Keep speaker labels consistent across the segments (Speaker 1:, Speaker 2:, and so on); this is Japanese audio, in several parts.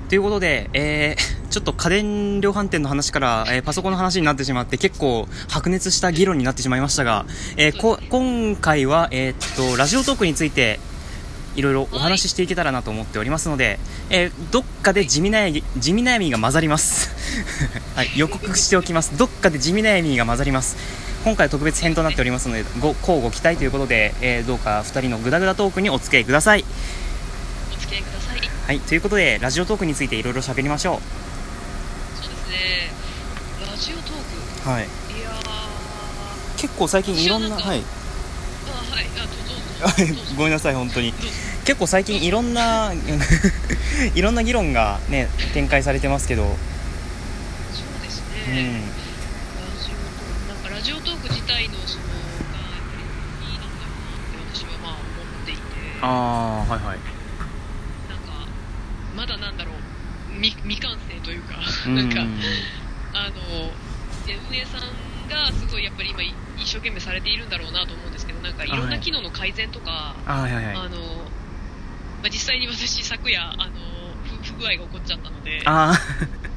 Speaker 1: ということで、ちょっと家電量販店の話から、パソコンの話になってしまって結構白熱した議論になってしまいましたが、今回は、ラジオトークについていろいろお話ししていけたらなと思っておりますので、どっかで地味悩みが混ざります、はい、予告しておきます。どっかで地味悩みが混ざります。今回は特別編となっておりますのでご期待ということで、どうか2人のグダグダトークにお付き合いください。はい、ということでラジオトークについていろいろ喋りましょう。
Speaker 2: そうですね、ラジオトーク、
Speaker 1: はい、いや結構最近いろんなごめんなさい本当に結構最近いろんないろんな議論がね展開されてますけど、
Speaker 2: そうですね、ラジオトーク自体のそのがやっぱりいいなんだろうなって私は思っていて、
Speaker 1: はいはい、
Speaker 2: なんかまだなんだろう未完成というかなんか運営さんがすごいやっぱり今一生懸命されているんだろうなと思うんですけど、なんかいろんな機能の改善とか、実際に私昨夜不具合が起こっちゃったのでなんか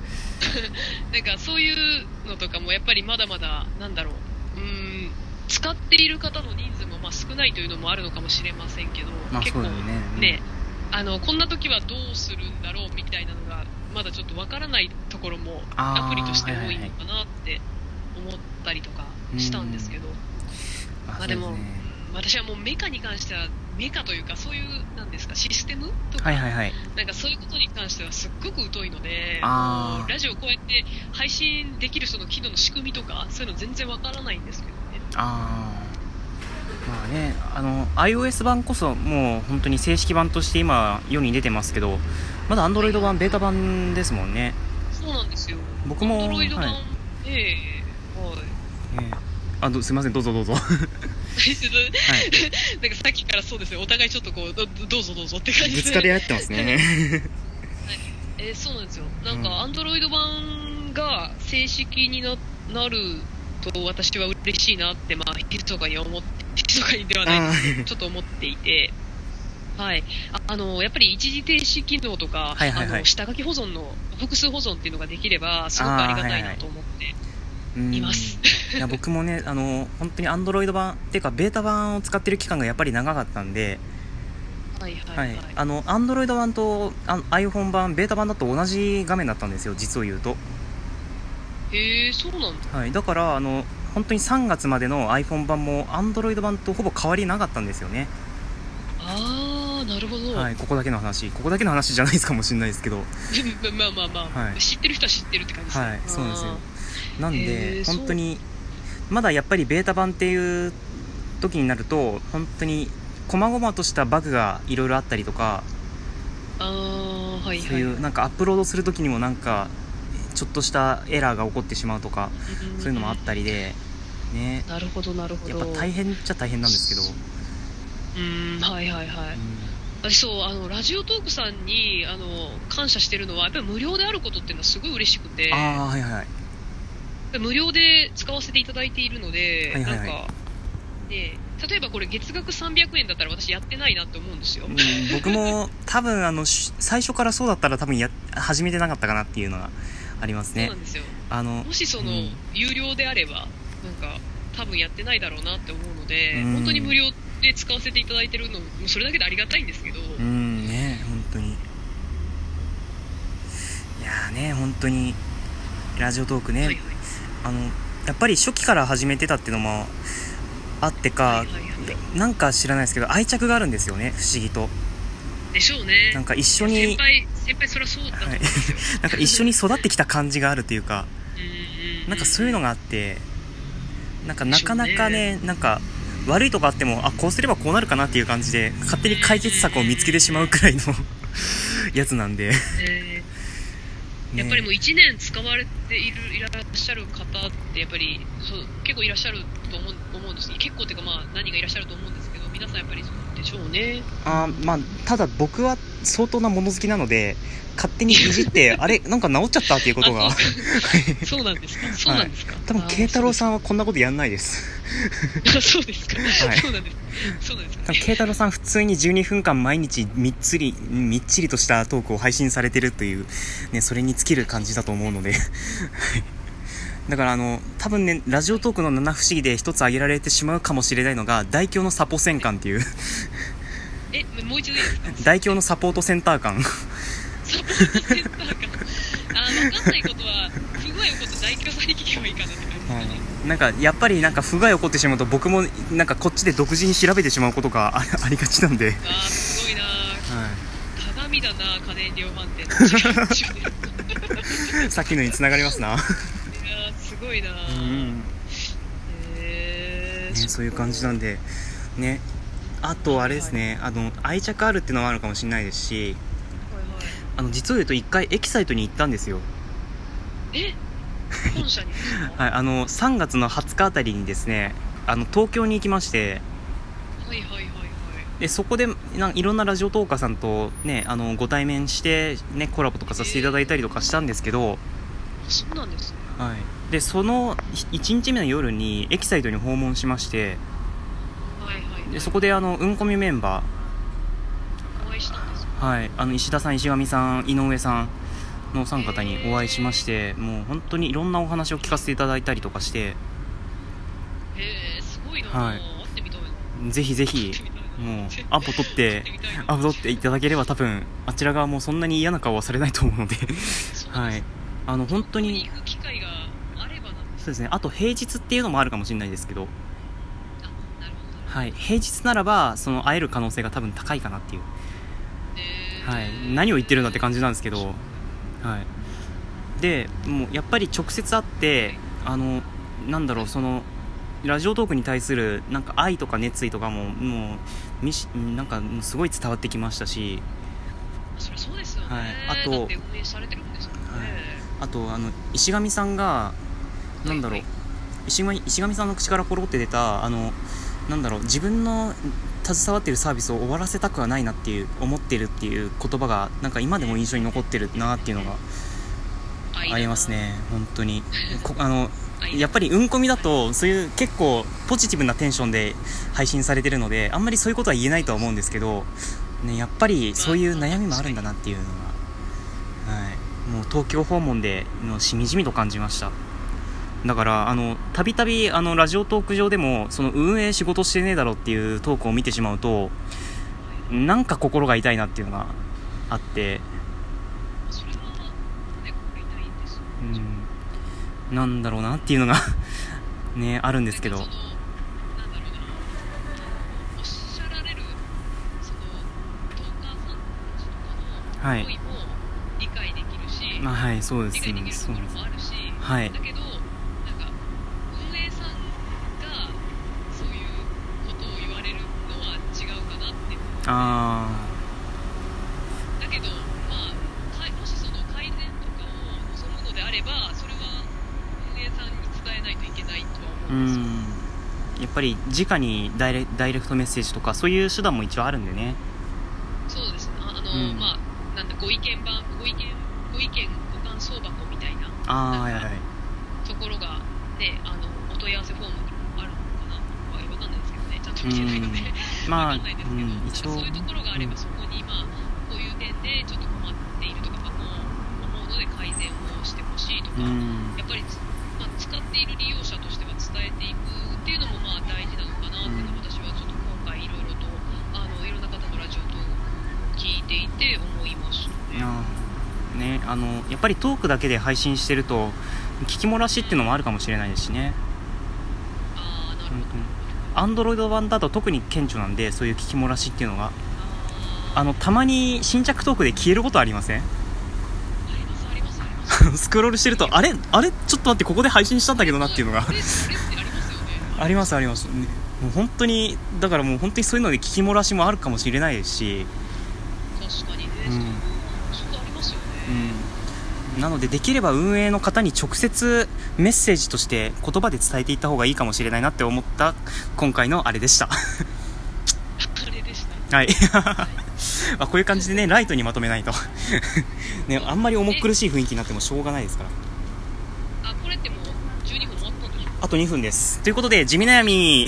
Speaker 2: そういうのとかもやっぱりまだまだなんだろう、使っている方の人数も少ないというのもあるのかもしれませんけど、結構ね、こんな時はどうするんだろうみたいなのがまだちょっとわからないところもアプリとして多いのかなって思ったりとかしたんですけど、でも私はもうメカに関してはメカというかそういうなんですかシステムとか、なんかそういうことに関してはすっごく疎いので、もうラジオこうやって配信できるその機能の仕組みとかそういうの全然わからないんですけどね。
Speaker 1: iOS 版こそもう本当に正式版として今世に出てますけど、まだ Android 版、ベータ版ですもんね。
Speaker 2: そうなんですよ。
Speaker 1: 僕も
Speaker 2: Android 版、
Speaker 1: すいません、どうぞ
Speaker 2: なんかさっきからそうですね、お互いちょっとこう どうぞって感じで
Speaker 1: ぶつかり合ってますね
Speaker 2: そうなんですよ。なんか Android 版が正式になると私は嬉しいなって密かにではないですけどちょっと思っていて、やっぱり一時停止機能とか、下書き保存の複数保存っていうのができればすごくありがたいなと思っています。
Speaker 1: いや僕もね本当に Android 版っていうかベータ版を使ってる期間がやっぱり長かったんで、Android 版とiPhone 版ベータ版だと同じ画面だったんですよ、実を言うと。
Speaker 2: そうなんだ。
Speaker 1: だから本当に3月までの iPhone 版も Android 版とほぼ変わりなかったんですよね。
Speaker 2: なるほど。
Speaker 1: ここだけの話じゃないですかもしれないですけど
Speaker 2: 知ってる人は知ってるって感じですね。
Speaker 1: そうなんですよ。なんで本当にまだやっぱりベータ版っていう時になると本当に細々としたバグがいろいろあったりとか、そういうなんかアップロードする時にもなんかちょっとしたエラーが起こってしまうとか、そういうのもあったりでね。
Speaker 2: なるほどやっぱ
Speaker 1: 大変っちゃ大変なんですけど、
Speaker 2: 私ラジオトークさんに感謝してるのはやっぱり無料であることっていうのはすごい嬉しくて、無料で使わせていただいているので、なんか例えばこれ月額300円だったら私やってないなって思うんですよ。
Speaker 1: 僕も多分最初からそうだったら多分始めてなかったかなっていうのがありますね。
Speaker 2: そうなんですよ。もし有料であればなんか多分やってないだろうなって思うので、本当に無料で使わせていただいてるのもそれだけでありがたいんですけど、
Speaker 1: 本当にいや本当にラジオトークね、やっぱり初期から始めてたっていうのもあってか、なんか知らないですけど愛着があるんですよね、不思議と。
Speaker 2: でしょうね。
Speaker 1: なんか一緒に
Speaker 2: 先輩そりゃそうだと思うんですよ
Speaker 1: なんか一緒に育ってきた感じがあるというかなんかそういうのがあって、なかなかね、なんか悪いとこあってもこうすればこうなるかなっていう感じで勝手に解決策を見つけてしまうくらいのやつなんで
Speaker 2: やっぱりもう1年使われていらっしゃる方ってやっぱり結構いらっしゃると思うんです。結構っていうか何がいらっしゃると思うんですけど、皆さんやっぱりそうでしょうね。
Speaker 1: ただ僕は相当な物好きなので勝手にいじってあれなんか治っちゃったっていうことが
Speaker 2: そうなんですか。そうなんですか。
Speaker 1: 多分慶太郎さんはこんなことやんないです
Speaker 2: そうですか。そうなんです。そうなんですか。
Speaker 1: 多分慶太郎さん普通に12分間毎日みっちりとしたトークを配信されてるという、ね、それに尽きる感じだと思うのでだから多分ねラジオトークの七不思議で一つ挙げられてしまうかもしれないのが大京のサポセン感っていう
Speaker 2: もう一度いいですか。
Speaker 1: 大京のサポートセンター感
Speaker 2: サポートセンター感。分かんないことは不具合起こって大京さんに聞けばいいかなって感じですかね。
Speaker 1: なんかやっぱりなんか不具合起こってしまうと僕もなんかこっちで独自に調べてしまうことがありがちなんで。
Speaker 2: すごいな、鏡だな家電量販店の
Speaker 1: さっきのに繋がりますな。いや
Speaker 2: すごいな、
Speaker 1: そういう感じなんでね。あとあれですね、愛着あるっていうのもあるかもしれないですし、実を言うと一回エキサイトに行ったんですよ。
Speaker 2: 本社にですか？
Speaker 1: はい、3月の20日あたりにですね、東京に行きまして、でそこでいろんなラジオトーカーさんとねご対面してねコラボとかさせていただいたりとかしたんですけど、
Speaker 2: そうなんですね。
Speaker 1: はい、でその1日目の夜にエキサイトに訪問しまして、でそこでうんこみメンバ
Speaker 2: ーお会いしたんです
Speaker 1: か？はい、石田さん、石上さん、井上さんのお三方にお会いしまして、もう本当にいろんなお話を聞かせていただいたりとかして、
Speaker 2: すごいな、
Speaker 1: はい、
Speaker 2: 会ってみたいな。
Speaker 1: ぜひぜひもうアポ取っていただければ多分あちら側もそんなに嫌な顔はされないと思うのではい、本当に
Speaker 2: 行く機会があればなんです。
Speaker 1: そうですね。あと平日っていうのもあるかもしれないですけど、はい、平日ならば会える可能性が多分高いかなっていう、はい、何を言ってるんだって感じなんですけど、はい、でもうやっぱり直接会ってなんだろう、ラジオトークに対するなんか愛とか熱意とかもなんかすごい伝わってきましたし、
Speaker 2: そりゃそうですよね、はい、
Speaker 1: あと
Speaker 2: だって運営されてるんですもんね、
Speaker 1: はい、あと石上さんがなんだろう、石上さんの口からポロって出たなんだろう、自分の携わっているサービスを終わらせたくはないなっていう思ってるっていう言葉がなんか今でも印象に残ってるなっていうのがありますね。本当にやっぱりうんこみだとそういう結構ポジティブなテンションで配信されてるのであんまりそういうことは言えないとは思うんですけど、ね、やっぱりそういう悩みもあるんだなっていうのが、はい、もう東京訪問でしみじみと感じました。だからたびたびラジオトーク上でも運営仕事してねえだろっていうトークを見てしまうとなんか心が痛いなっていうのがあって、
Speaker 2: それは、ね、心痛いんですよ、
Speaker 1: なんだろうなっていうのがねあるんですけど、
Speaker 2: なんだろうな、おっしゃられるトーカーさんたちとかの思いも理解できるし、
Speaker 1: まあはい、そうですね、
Speaker 2: 理解できるところもあるし、
Speaker 1: はい、
Speaker 2: だけど運営さんがそういうことを言われるのは違うかなって。だけど、もし改善とかを望むのであればそれは運営さんに伝えないといけないとは思うんですよ。
Speaker 1: やっぱり直にダイレクトメッセージとかそういう手段も一応あるんでね。
Speaker 2: そうですね。なんだご意見ご感想箱みたいな、
Speaker 1: はいはい、
Speaker 2: ところがね、お問い合わせフォームにもあるのかな。わかんないですけどね、ちゃんと見てないのでわかんないですけど、一応そういうところがあればそこにこういう点でちょっと困っているとかも思うので改善をしてほしいとか、やっぱり使っている利用者としては伝えていくっていうのも大事なのかなっていうのは私はちょっと今回いろいろといろんな方のラジオと聞いていて思いましたね。
Speaker 1: やっぱりトークだけで配信してると聞き漏らしっていうのもあるかもしれないですしね。
Speaker 2: なるほ
Speaker 1: ど。アンドロイド版だと特に顕著なんで、そういう聞き漏らしっていうのがたまに新着トークで消えることありません？
Speaker 2: あります
Speaker 1: スクロールしてるとあれちょっと待って、ここで配信したんだけどなっていうのがありますね。もう本当にだからもう本当にそういうので聞き漏らしもあるかもしれないですし、
Speaker 2: 確かにね、そうありますよね。
Speaker 1: なのでできれば運営の方に直接メッセージとして言葉で伝えていった方がいいかもしれないなって思った今回のあれでした。
Speaker 2: あれでした。
Speaker 1: はいこういう感じでね、ライトにまとめないとね、あんまり重苦しい雰囲気になってもしょうがないですから。
Speaker 2: これってもう12分終わったんでしょ？
Speaker 1: あと2分です。ということで、地味悩み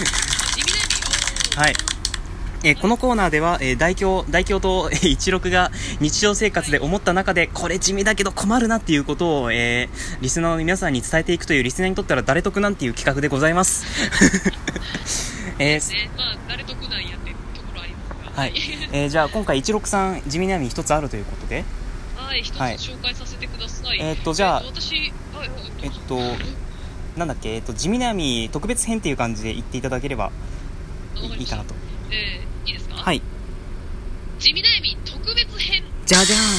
Speaker 1: はい。このコーナーでは、大京と一六が日常生活で思った中で、これ地味だけど困るなっていうことを、リスナーの皆さんに伝えていくという、リスナーにとったら誰得なんていう企画でございます。
Speaker 2: 誰得なんやっていうところありますが。
Speaker 1: はい。じゃあ今回一六さん、地味悩み一つあるということで。
Speaker 2: はい、一つ紹介させてください。
Speaker 1: じゃあ、
Speaker 2: 私、
Speaker 1: なんだっけ、地味悩み特別編っていう感じで言っていただければいいかなと。
Speaker 2: いいですか？
Speaker 1: はい。
Speaker 2: 地味悩み特別編。
Speaker 1: じゃじゃーん。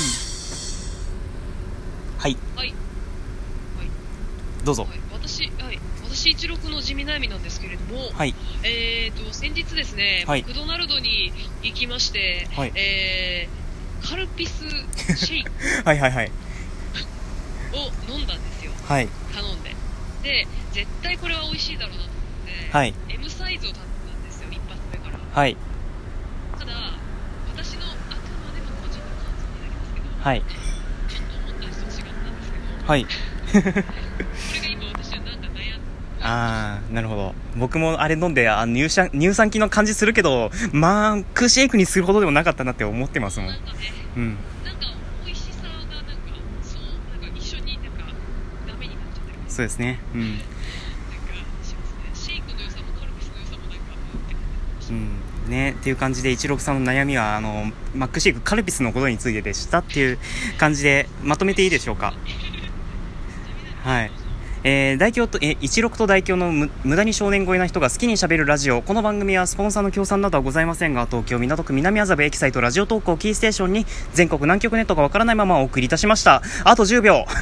Speaker 1: はい。
Speaker 2: はい。
Speaker 1: どうぞ。
Speaker 2: 私一六の地味悩みなんですけれども、
Speaker 1: はい。
Speaker 2: 先日ですね、マクドナルドに行きまして、
Speaker 1: はい、
Speaker 2: カルピスシェイク
Speaker 1: はいはいはい
Speaker 2: を飲んだんですよ。
Speaker 1: はい。
Speaker 2: 頼んで。で、絶対これは美味しいだろうなと思って、
Speaker 1: はい。
Speaker 2: M サイズを頼んだんですよ、一発目から。
Speaker 1: はい。
Speaker 2: ただ、私の頭でも個人の感想になりますけど、
Speaker 1: はい。
Speaker 2: ちょっと思った人と違ったんですけど、
Speaker 1: はい。
Speaker 2: これが今私はなんか悩んで。
Speaker 1: なるほど。僕もあれ飲んで乳酸菌の感じするけど、クシェイクにするほどでもなかったなって思ってますもん。
Speaker 2: なんかね、なんか美味しさがなんか一緒にダメになっちゃってる。
Speaker 1: そうですね。
Speaker 2: なんかしますね。シェイクの良さもカルピスの良さもなんかって感じ
Speaker 1: ね、っていう感じで一六さんの悩みはマックシェイクカルピスのことについてでしたっていう感じでまとめていいでしょうか。はい。大京と一六と大京の無駄に少年超えな人が好きに喋るラジオ。この番組はスポンサーの協賛などはございませんが、東京港区南麻布エキサイトラジオ投稿キーステーションに全国南極ネットがわからないままお送りいたしました。あと10秒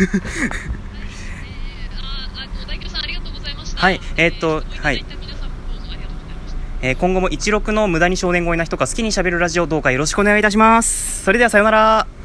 Speaker 2: 大京さんありがとうございました。
Speaker 1: はい。はい。今後も一六の無駄に少年超えな人が好きに喋るラジオ、どうかよろしくお願いいたします。それではさようなら。